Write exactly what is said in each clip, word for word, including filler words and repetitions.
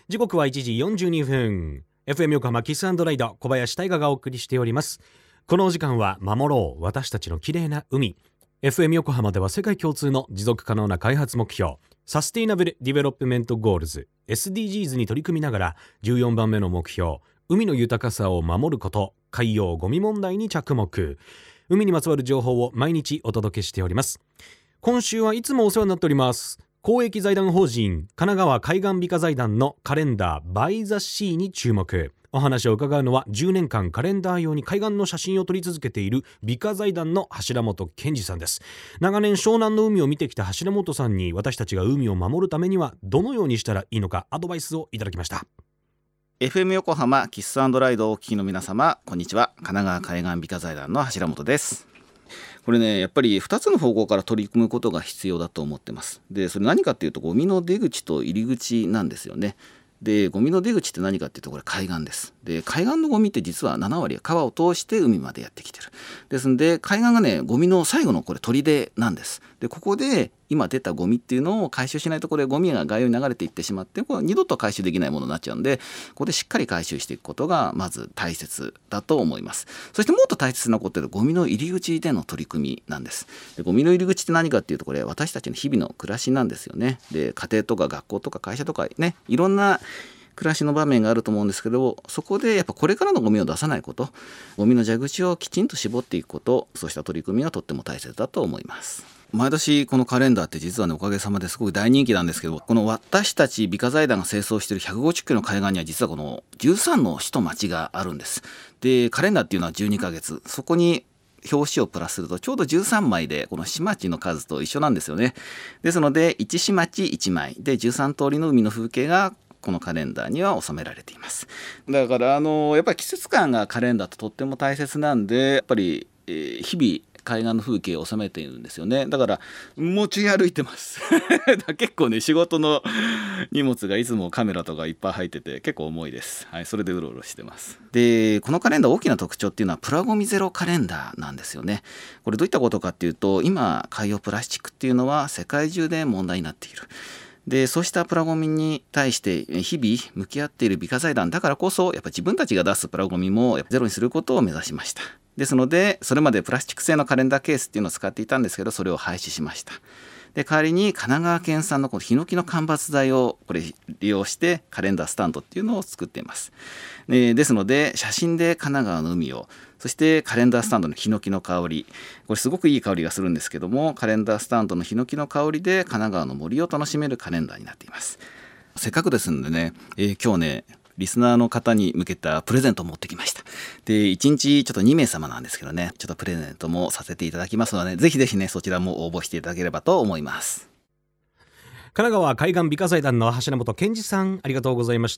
時刻はいちじよんじゅうにふん。 エフエム 横浜キス&ライド、小林大賀がお送りしております。このお時間は守ろう私たちの綺麗な海。 エフエム 横浜では世界共通の持続可能な開発目標サステイナブルディベロップメントゴールズ エスディージーズ に取り組みながら、じゅうよんばんめの目標、海の豊かさを守ること、海洋ゴミ問題に着目。海にまつわる情報を毎日お届けしております。今週はいつもお世話になっております公益財団法人神奈川海岸美化財団のカレンダーバイザシーに注目。お話を伺うのはじゅうねんかんカレンダー用に海岸の写真を撮り続けている美化財団の柱本健二さんです。長年湘南の海を見てきた柱本さんに、私たちが海を守るためにはどのようにしたらいいのかアドバイスをいただきました。 エフエム 横浜キス&ライドをお聞きの皆様、こんにちは。神奈川海岸美化財団の柱本です。これね、やっぱりふたつの方向から取り組むことが必要だと思ってます。で、それ何かっていうと、ゴミの出口と入り口なんですよね。で、ゴミの出口って何かっていうと、これ海岸です。で、海岸のゴミって実はななわりは川を通して海までやってきてる。ですんで、海岸がね、ゴミの最後のこれ砦なんです。で、ここで今出たゴミっていうのを回収しないと、これゴミが外洋に流れていってしまって、これ二度と回収できないものになっちゃうんで、ここでしっかり回収していくことがまず大切だと思います。そしてもっと大切なことで、ゴミの入り口での取り組みなんです。で、ゴミの入り口って何かっていうと、これ私たちの日々の暮らしなんですよね。で、家庭とか学校とか会社とかね、いろんな暮らしの場面があると思うんですけど、そこでやっぱこれからのゴミを出さないこと、ゴミの蛇口をきちんと絞っていくこと、そうした取り組みはとっても大切だと思います。毎年このカレンダーって実はね、おかげさまですごく大人気なんですけど、この私たち美化財団が清掃しているひゃくごじゅっキロの海岸には、実はこのじゅうさんの市と町があるんです。で、カレンダーっていうのはじゅうにかげつ、そこに表紙をプラスするとちょうどじゅうさんまいで、この市町の数と一緒なんですよね。ですのでいち市町いちまいでじゅうさん通りの海の風景がこのカレンダーには収められています。だからあのやっぱり季節感がカレンダーととっても大切なんで、やっぱり、えー、日々海岸の風景を収めているんですよね。だから持ち歩いてます結構ね、仕事の荷物がいつもカメラとかいっぱい入ってて結構重いです。はい、それでうろうろしてます。で、このカレンダー大きな特徴っていうのはプラゴミゼロカレンダーなんですよね。これどういったことかっていうと、今海洋プラスチックっていうのは世界中で問題になっている。で、そうしたプラゴミに対して日々向き合っている美化財団だからこそ、やっぱ自分たちが出すプラゴミもゼロにすることを目指しました。ですので、それまでプラスチック製のカレンダーケースっていうのを使っていたんですけど、それを廃止しました。で、代わりに神奈川県産のこのヒノキの間伐材をこれ利用してカレンダースタンドっていうのを作っています。で、ですので写真で神奈川の海を、そしてカレンダースタンドのヒノキの香り、これすごくいい香りがするんですけども、カレンダースタンドのヒノキの香りで神奈川の森を楽しめるカレンダーになっています。せっかくですのでね、えー、今日ねリスナーの方に向けたプレゼントを持ってきました。で、いちにちちょっとにめいさまなんですけどね、ちょっとプレゼントもさせていただきますので、ね、ぜひぜひね、そちらも応募していただければと思います。 神奈川海岸美化財団の柱本健二さん、ありがとうございました。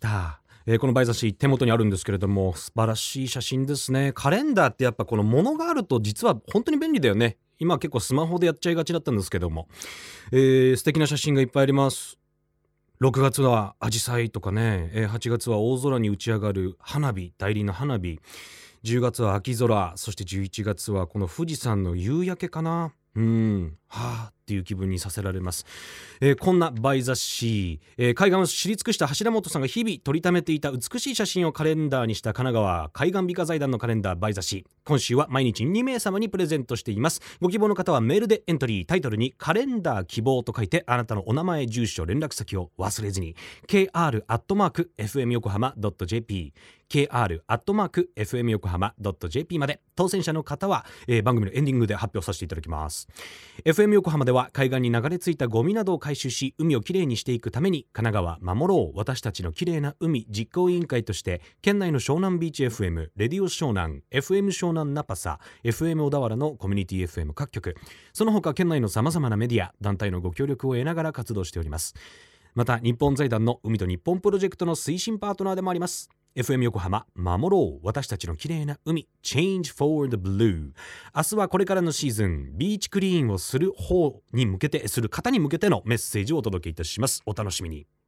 えー、このバイザシー手元にあるんですけれども、素晴らしい写真ですね。カレンダーってやっぱこのものがあると実は本当に便利だよね。今結構スマホでやっちゃいがちだったんですけども、えー、素敵な写真がいっぱいあります。ろくがつはアジサイとかね、えー、はちがつは大空に打ち上がる花火、大輪の花火、じゅうがつは秋空、そしてじゅういちがつはこの富士山の夕焼けかな。うーん、はあっていう気分にさせられます。えー、こんなバイザシー、えー、海岸を知り尽くした柱本さんが日々撮りためていた美しい写真をカレンダーにした神奈川海岸美化財団のカレンダーバイザシー、今週は毎日にめいさまにプレゼントしています。ご希望の方はメールでエントリー、タイトルにカレンダー希望と書いて、あなたのお名前、住所、連絡先を忘れずに ケーアール アットマーク エフエム 横浜 ドット ジェーピーケーアール アットマーク エフエム 横浜 ドット ジェーピー まで。当選者の方は、えー、番組のエンディングで発表させていただきます。 エフエム 横浜では海岸に流れ着いたゴミなどを回収し、海をきれいにしていくために、神奈川守ろう私たちのきれいな海実行委員会として、県内の湘南ビーチ エフエム、レディオ湘南、 エフエム 湘南ナパサ、 エフエム 小田原のコミュニティ エフエム 各局、その他県内のさまざまなメディア団体のご協力を得ながら活動しております。また日本財団の海と日本プロジェクトの推進パートナーでもあります。 エフエム 横浜守ろう私たちの綺麗な海 Change for the Blue。 明日はこれからのシーズンビーチクリーンをする方に向けてする方に向けてのメッセージをお届けいたします。お楽しみに。